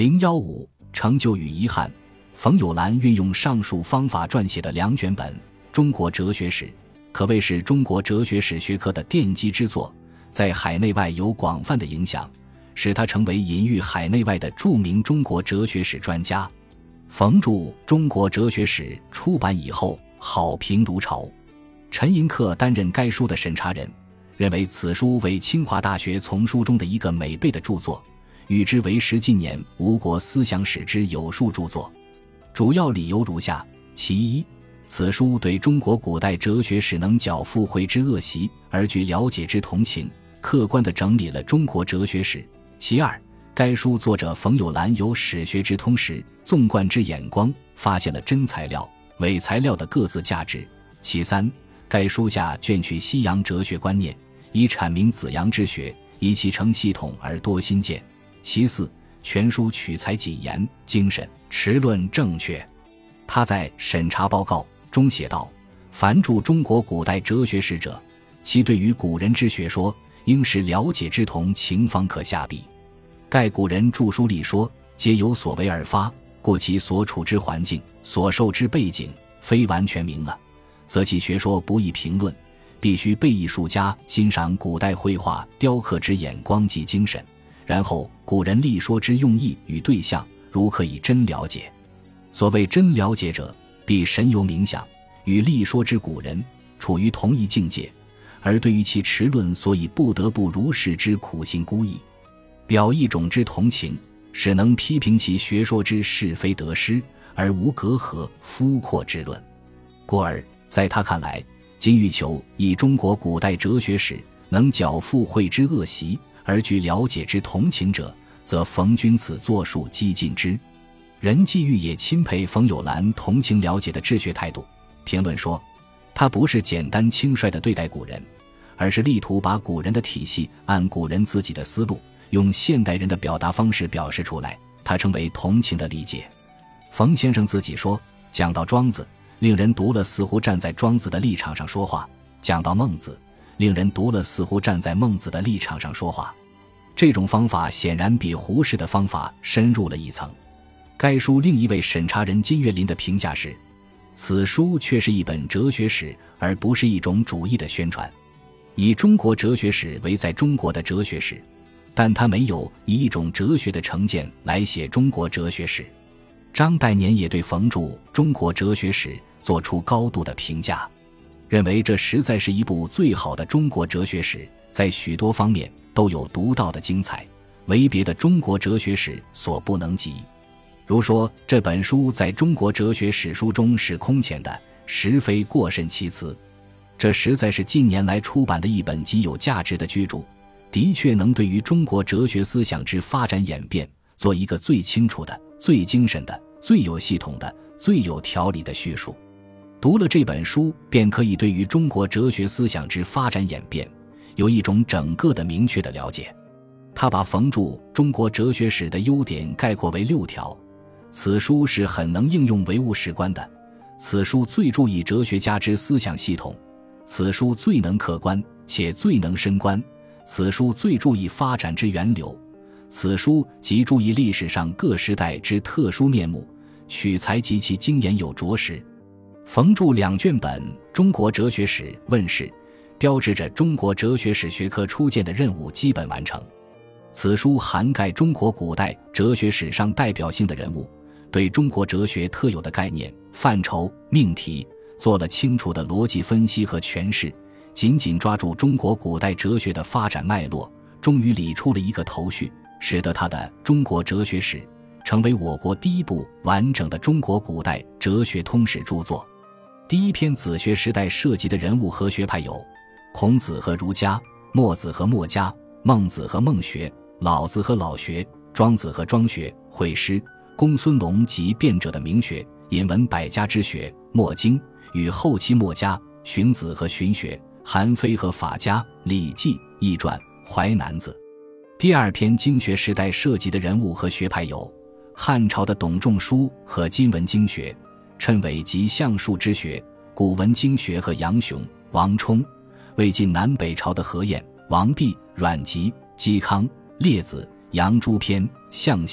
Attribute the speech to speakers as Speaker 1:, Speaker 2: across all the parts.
Speaker 1: 015成就与遗憾。冯友兰运用上述方法撰写的2卷本《中国哲学史》，可谓是中国哲学史学科的奠基之作，在海内外有广泛的影响，使他成为隐喻海内外的著名中国哲学史专家。冯著《中国哲学史》出版以后，好评如潮。陈寅恪担任该书的审查人，认为此书为清华大学丛书中的一个美备的著作，誉之为10近年吴国思想史之有数著作。主要理由如下：其一，此书对中国古代哲学史能缴复会之恶习，而具了解之同情，客观地整理了中国哲学史。其二，该书作者冯友兰有史学之通识，纵贯之眼光，发现了真材料、伪材料的各自价值。其三，该书下卷取西洋哲学观念，以阐明子阳之学，以其成系统而多新见。其四，全书取材谨严、精神、持论正确。他在审查报告中写道：凡著中国古代哲学史者，其对于古人之学说，应是了解之同情方可下笔。盖古人著书立说，皆有所为而发，故其所处之环境、所受之背景，非完全明了，则其学说不易评论，必须被艺术家欣赏古代绘画雕刻之眼光及精神，然后古人立说之用意与对象，如可以真了解。所谓真了解者，必神游冥想，与立说之古人处于同一境界，而对于其持论所以不得不如是之苦心孤诣，表一种之同情，使能批评其学说之是非得失，而无隔阂肤阔之论。故而在他看来，今欲求以中国古代哲学史能缴复会之恶习，而具了解之同情者，则冯君此作述激进之。任继玉也钦佩冯友兰同情了解的治学态度，评论说，他不是简单轻率地对待古人，而是力图把古人的体系按古人自己的思路，用现代人的表达方式表示出来，他称为同情的理解。冯先生自己说，讲到庄子，令人读了似乎站在庄子的立场上说话，讲到孟子，令人读了似乎站在孟子的立场上说话。这种方法显然比胡适的方法深入了一层。该书另一位审查人金岳霖的评价是，此书却是一本哲学史，而不是一种主义的宣传。以中国哲学史为在中国的哲学史，但他没有以一种哲学的成见来写中国哲学史。张岱年也对冯著《中国哲学史》做出高度的评价，认为这实在是一部最好的中国哲学史，在许多方面都有独到的精彩，为别的中国哲学史所不能及。如说这本书在中国哲学史书中是空前的，实非过甚其词。这实在是近年来出版的一本极有价值的巨著，的确能对于中国哲学思想之发展演变做一个最清楚的、最精神的、最有系统的、最有条理的叙述。读了这本书，便可以对于中国哲学思想之发展演变有一种整个的明确的了解。他把冯著《中国哲学史》的优点概括为6条。此书是很能应用唯物史观的，此书最注意哲学家之思想系统，此书最能客观且最能深观，此书最注意发展之源流，此书极注意历史上各时代之特殊面目，取材及其精研有着实。冯著2卷本《中国哲学史》问世，标志着中国哲学史学科初建的任务基本完成。此书涵盖中国古代哲学史上代表性的人物，对中国哲学特有的概念、范畴、命题做了清楚的逻辑分析和诠释，紧紧抓住中国古代哲学的发展脉络，终于理出了一个头绪，使得他的《中国哲学史》成为我国第一部完整的中国古代哲学通史著作。第一篇子学时代涉及的人物和学派有孔子和儒家、墨子和墨家、孟子和孟学、老子和老学、庄子和庄学、会师、公孙龙及辩者的名学、引文百家之学、墨经与后期墨家、荀子和荀学、韩非和法家、礼记、易传、淮南子。第二篇经学时代涉及的人物和学派有汉朝的董仲舒和今文经学、谶纬及象数之学、古文经学和杨雄、王充；魏晋南北朝的何晏、王弼、阮籍、嵇康、列子、杨朱偏、向秀、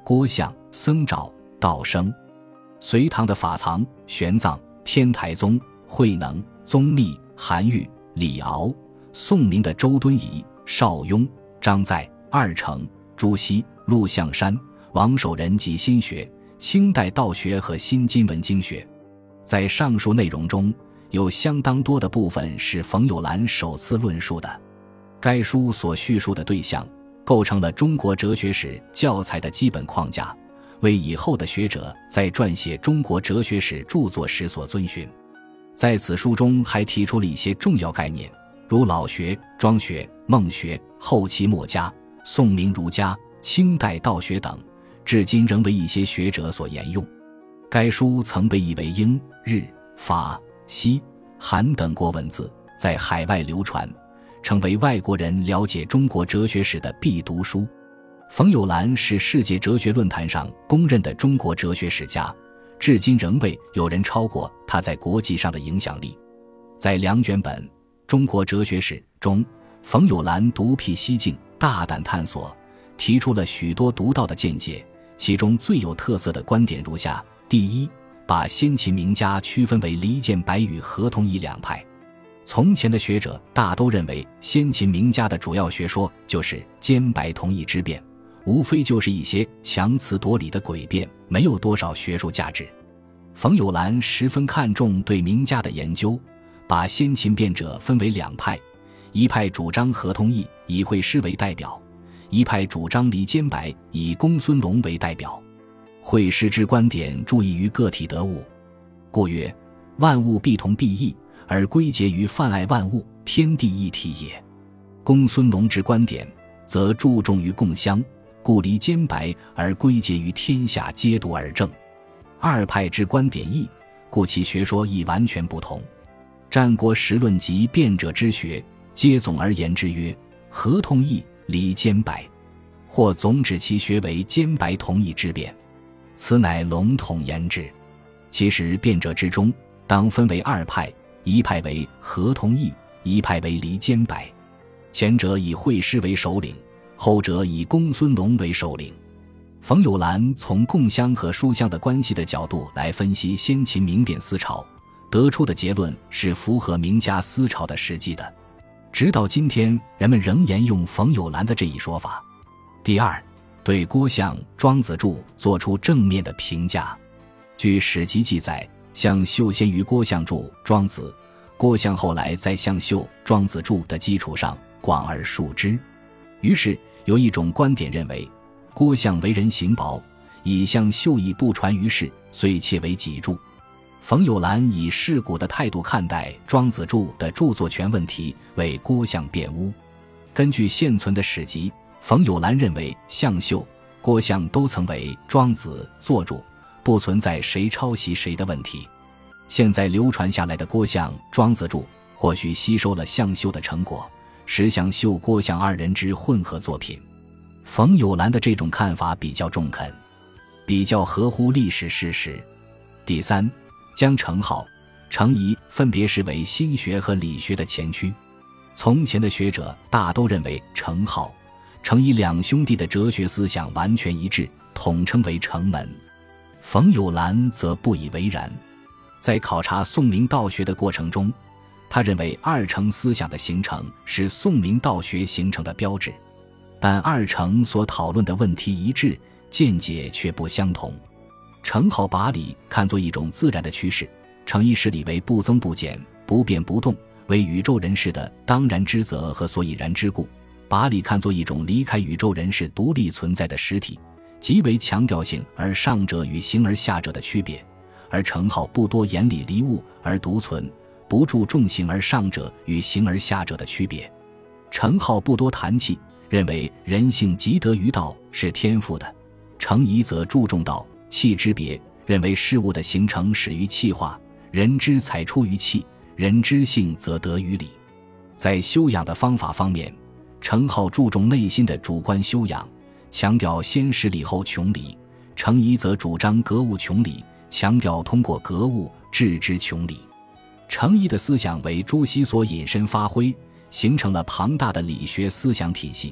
Speaker 1: 郭象、僧肇、道生。隋唐的法藏、玄奘、天台宗、慧能、宗密、韩愈、李敖；宋明的周敦颐、邵雍、张载、二程、朱熹、陆象山、王守仁及心学；清代道学和新金文经学。在上述内容中，有相当多的部分是冯友兰首次论述的。该书所叙述的对象构成了中国哲学史教材的基本框架，为以后的学者在撰写中国哲学史著作时所遵循。在此书中还提出了一些重要概念，如老学、庄学、孟学、后期墨家、宋明儒家、清代道学等，至今仍为一些学者所沿用。该书曾被译为英、日、法、西、韩等国文字，在海外流传，成为外国人了解中国哲学史的必读书。冯友兰是世界哲学论坛上公认的中国哲学史家，至今仍未有人超过他在国际上的影响力。在两卷本《中国哲学史》中，冯友兰独辟蹊径，大胆探索，提出了许多独到的见解，其中最有特色的观点如下：第一，把先秦名家区分为离间白与合同义两派。从前的学者大都认为先秦名家的主要学说就是兼白同义之辩，无非就是一些强词夺理的诡辩，没有多少学术价值。冯友兰十分看重对名家的研究，把先秦辩者分为两派，一派主张合同义，以惠施为代表；一派主张离间白，以公孙龙为代表。惠施之观点注意于个体得物，故曰万物必同必异，而归结于泛爱万物，天地一体也。公孙龙之观点则注重于共相，故离间白而归结于天下皆独而正。二派之观点异，故其学说亦完全不同。战国时论及辩者之学，皆总而言之曰合同义，离间白，或总指其学为兼白同义之辩，此乃笼统言之。其实辩者之中当分为二派，一派为合同义，一派为离间白。前者以惠施为首领，后者以公孙龙为首领。冯友兰从共相和书相的关系的角度来分析先秦明辩思潮，得出的结论是符合名家思潮的实际的。直到今天，人们仍沿用冯友兰的这一说法。第二，对郭象、庄子著做出正面的评价。据史籍记载，向秀先于郭象著《庄子》，郭象后来在向秀《庄子著》的基础上广而述之。于是有一种观点认为，郭象为人行薄，以向秀意不传于世，遂窃为己著。冯友兰以世古的态度看待《庄子著》的著作权问题，为郭象辩污。根据现存的史籍，冯友兰认为向秀、郭象都曾为《庄子》作著，不存在谁抄袭谁的问题。现在流传下来的郭象《庄子著》或许吸收了向秀的成果，是向秀、郭象二人之混合作品。冯友兰的这种看法比较中肯，比较合乎历史事实。第三，将程颢、程颐分别视为心学和理学的前驱。从前的学者大都认为程颢、程颐两兄弟的哲学思想完全一致，统称为程门。冯友兰则不以为然。在考察宋明道学的过程中，他认为二程思想的形成是宋明道学形成的标志，但二程所讨论的问题一致，见解却不相同。程颢把理看作一种自然的趋势，程颐视理为不增不减、不变不动，为宇宙人士的当然之则和所以然之故，把理看作一种离开宇宙人士独立存在的实体，极为强调形而上者与形而下者的区别。而程颢不多言理离物而独存，不注重形而上者与形而下者的区别。程颢不多谈气，认为人性即得于道，是天赋的。程颐则注重道气之别，认为事物的形成始于气化，人之采出于气，人之性则得于理。在修养的方法方面，程颢注重内心的主观修养，强调先实理后穷理；程颐则主张格物穷理，强调通过格物致知穷理。程颐的思想为朱熹所引申发挥，形成了庞大的理学思想体系，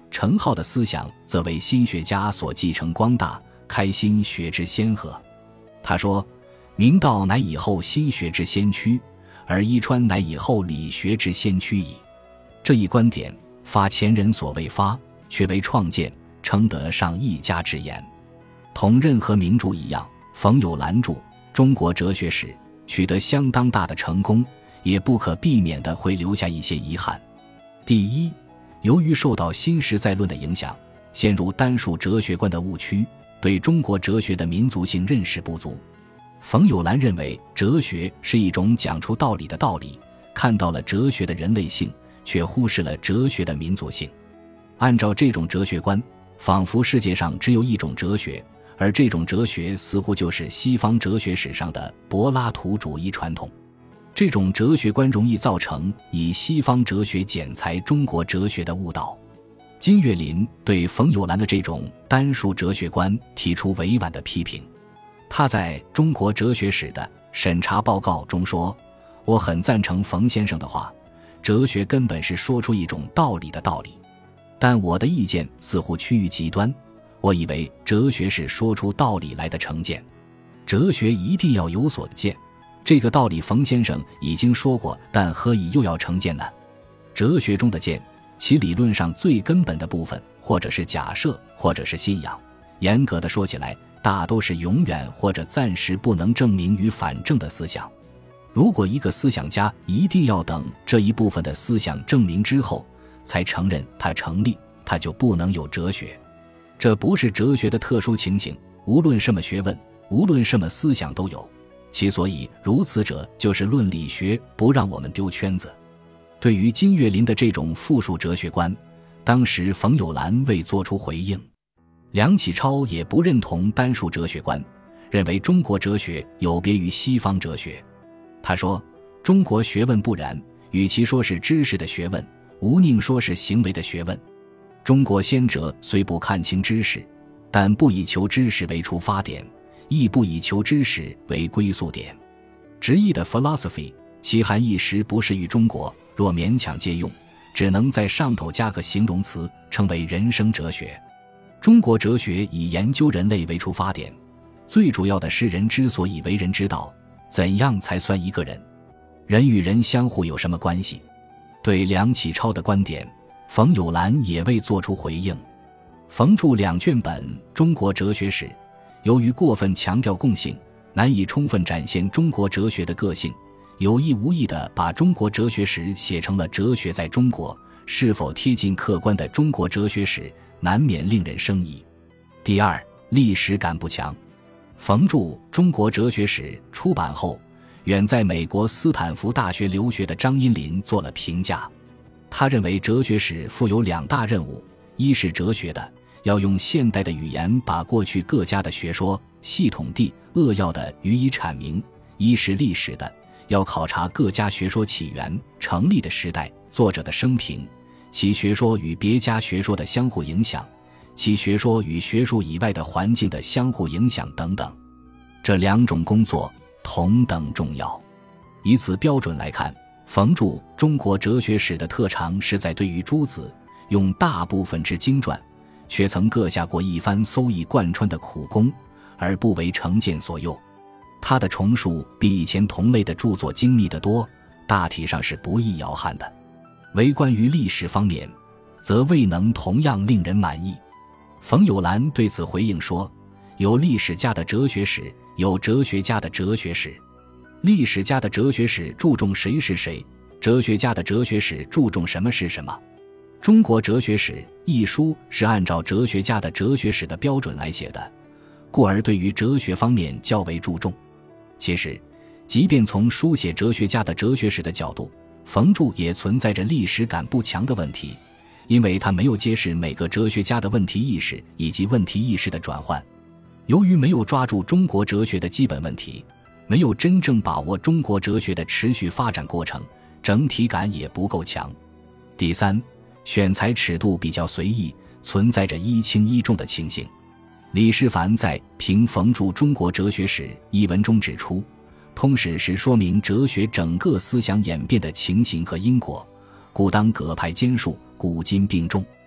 Speaker 1: 程颢的思想则为心学家所继承光大，开心学之先河。他说，明道乃以后心学之先驱，而伊川乃以后理学之先驱矣。这一观点发前人所未发，却为创建，称得上一家之言。同任何名著一样，冯友兰著《中国哲学史》取得相当大的成功，也不可避免地会留下一些遗憾。第一，由于受到新实在论的影响，陷入单数哲学观的误区，对中国哲学的民族性认识不足。冯友兰认为哲学是一种讲出道理的道理，看到了哲学的人类性，却忽视了哲学的民族性。按照这种哲学观，仿佛世界上只有一种哲学，而这种哲学似乎就是西方哲学史上的柏拉图主义传统。这种哲学观容易造成以西方哲学剪裁中国哲学的误导。金岳霖对冯友兰的这种单数哲学观提出委婉的批评。他在《中国哲学史》的审查报告中说，我很赞成冯先生的话，哲学根本是说出一种道理的道理，但我的意见似乎趋于极端，我以为哲学是说出道理来的成见，哲学一定要有所见，这个道理冯先生已经说过，但何以又要成见呢？哲学中的见，其理论上最根本的部分，或者是假设，或者是信仰，严格的说起来，大都是永远或者暂时不能证明与反证的思想。如果一个思想家一定要等这一部分的思想证明之后才承认它成立，他就不能有哲学。这不是哲学的特殊情形，无论什么学问，无论什么思想都有，其所以如此者，就是论理学不让我们丢圈子。对于金岳霖的这种复数哲学观，当时冯友兰未作出回应。梁启超也不认同单数哲学观，认为中国哲学有别于西方哲学。他说，中国学问不然，与其说是知识的学问，无宁说是行为的学问。中国先者虽不看清知识，但不以求知识为出发点，亦不以求知识为归宿点。直译的 philosophy， 其含义实不适于中国，若勉强借用，只能在上头加个形容词，称为人生哲学。中国哲学以研究人类为出发点，最主要的是人之所以为人之道，怎样才算一个人？人与人相互有什么关系？对梁启超的观点，冯友兰也未作出回应。冯著2卷本《中国哲学史》，由于过分强调共性，难以充分展现中国哲学的个性，有意无意地把中国哲学史写成了哲学在中国，是否贴近客观的中国哲学史，难免令人生疑。第二，历史感不强。冯著《中国哲学史》出版后，远在美国斯坦福大学留学的张荫林做了评价。他认为哲学史负有2大任务，一是哲学的，要用现代的语言把过去各家的学说系统地扼要地予以阐明；一是历史的，要考察各家学说起源、成立的时代、作者的生平，其学说与别家学说的相互影响，其学说与学术以外的环境的相互影响等等。这2种工作同等重要。以此标准来看，冯著《中国哲学史》的特长是在对于诸子用大部分之经传，却曾各下过一番搜缢贯穿的苦功，而不为成见所诱。他的重述比以前同类的著作精密得多，大体上是不易摇撼的。唯关于历史方面，则未能同样令人满意。冯友兰对此回应说，有历史家的哲学史，有哲学家的哲学史。历史家的哲学史注重谁是谁，哲学家的哲学史注重什么是什么。中国哲学史一书是按照哲学家的哲学史的标准来写的，故而对于哲学方面较为注重。其实即便从书写哲学家的哲学史的角度，冯著也存在着历史感不强的问题，因为他没有揭示每个哲学家的问题意识以及问题意识的转换。由于没有抓住中国哲学的基本问题，没有真正把握中国哲学的持续发展过程，整体感也不够强。第三，选材尺度比较随意，存在着一轻一重的情形。李世凡在《评冯著中国哲学史》一文中指出，通史是说明哲学整个思想演变的情形和因果，故当各派兼述，古今并重。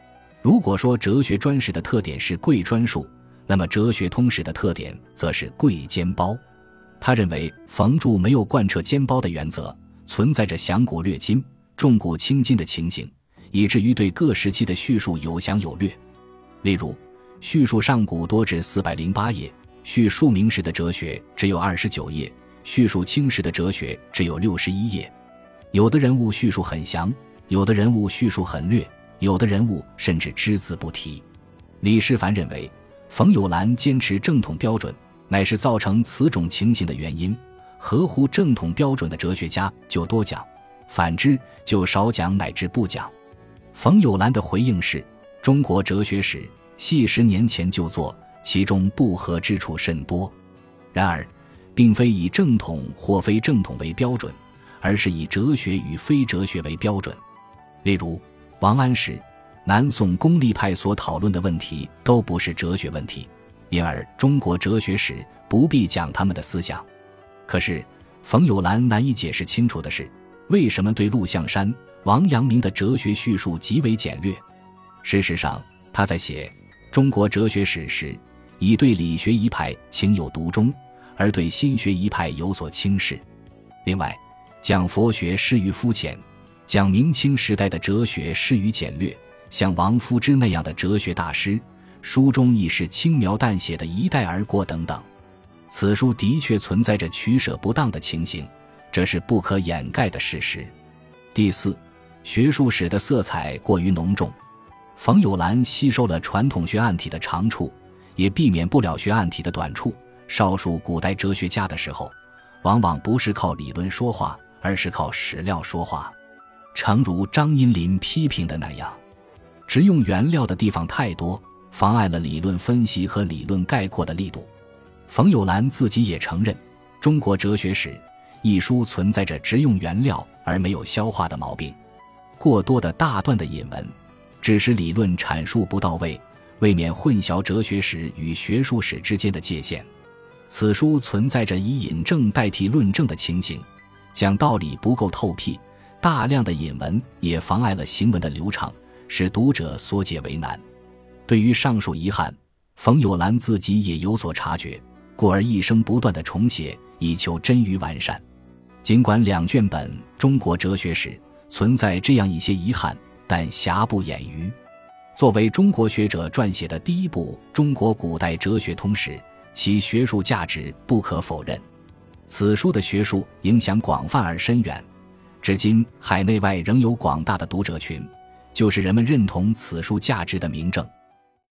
Speaker 1: 如果说哲学专史的特点是贵专述，那么哲学通史的特点则是贵兼包。他认为冯著没有贯彻兼包的原则，存在着详古略今、重古轻今的情形，以至于对各时期的叙述有详有略。例如，叙述上古多至408页，叙述明时的哲学只有29页，叙述清时的哲学只有61页。有的人物叙述很详，有的人物叙述很略，有的人物甚至只字不提。李世蕃认为，冯友兰坚持正统标准，乃是造成此种情形的原因。合乎正统标准的哲学家就多讲，反之就少讲乃至不讲。冯友兰的回应是：中国哲学史系10年前就作，其中不合之处甚多。然而，并非以正统或非正统为标准，而是以哲学与非哲学为标准。例如，王安石、南宋功利派所讨论的问题都不是哲学问题，因而中国哲学史不必讲他们的思想。可是，冯友兰难以解释清楚的是，为什么对陆象山、王阳明的哲学叙述极为简略？事实上，他在写中国哲学史时，已对理学一派情有独钟，而对心学一派有所轻视。另外，讲佛学失于肤浅，讲明清时代的哲学失于简略，像王夫之那样的哲学大师，书中亦是轻描淡写的一带而过等等。此书的确存在着取舍不当的情形，这是不可掩盖的事实。第四，学术史的色彩过于浓重。冯友兰吸收了传统学案体的长处，也避免不了学案体的短处。少数古代哲学家的时候，往往不是靠理论说话，而是靠史料说话。诚如张荫林批评的那样，只用原料的地方太多，妨碍了理论分析和理论概括的力度。冯友兰自己也承认，《中国哲学史》一书存在着只用原料而没有消化的毛病，过多的大段的引文，只是理论阐述不到位，未免混淆哲学史与学术史之间的界限。此书存在着以引证代替论证的情形，讲道理不够透辟，大量的引文也妨碍了行文的流畅，使读者所解为难。对于上述遗憾，冯友兰自己也有所察觉，故而一生不断地重写，以求臻于完善。尽管2卷本《中国哲学史》存在这样一些遗憾，但瑕不掩瑜。作为中国学者撰写的第一部中国古代哲学通史，其学术价值不可否认。此书的学术影响广泛而深远，至今海内外仍有广大的读者群，就是人们认同此书价值的明证。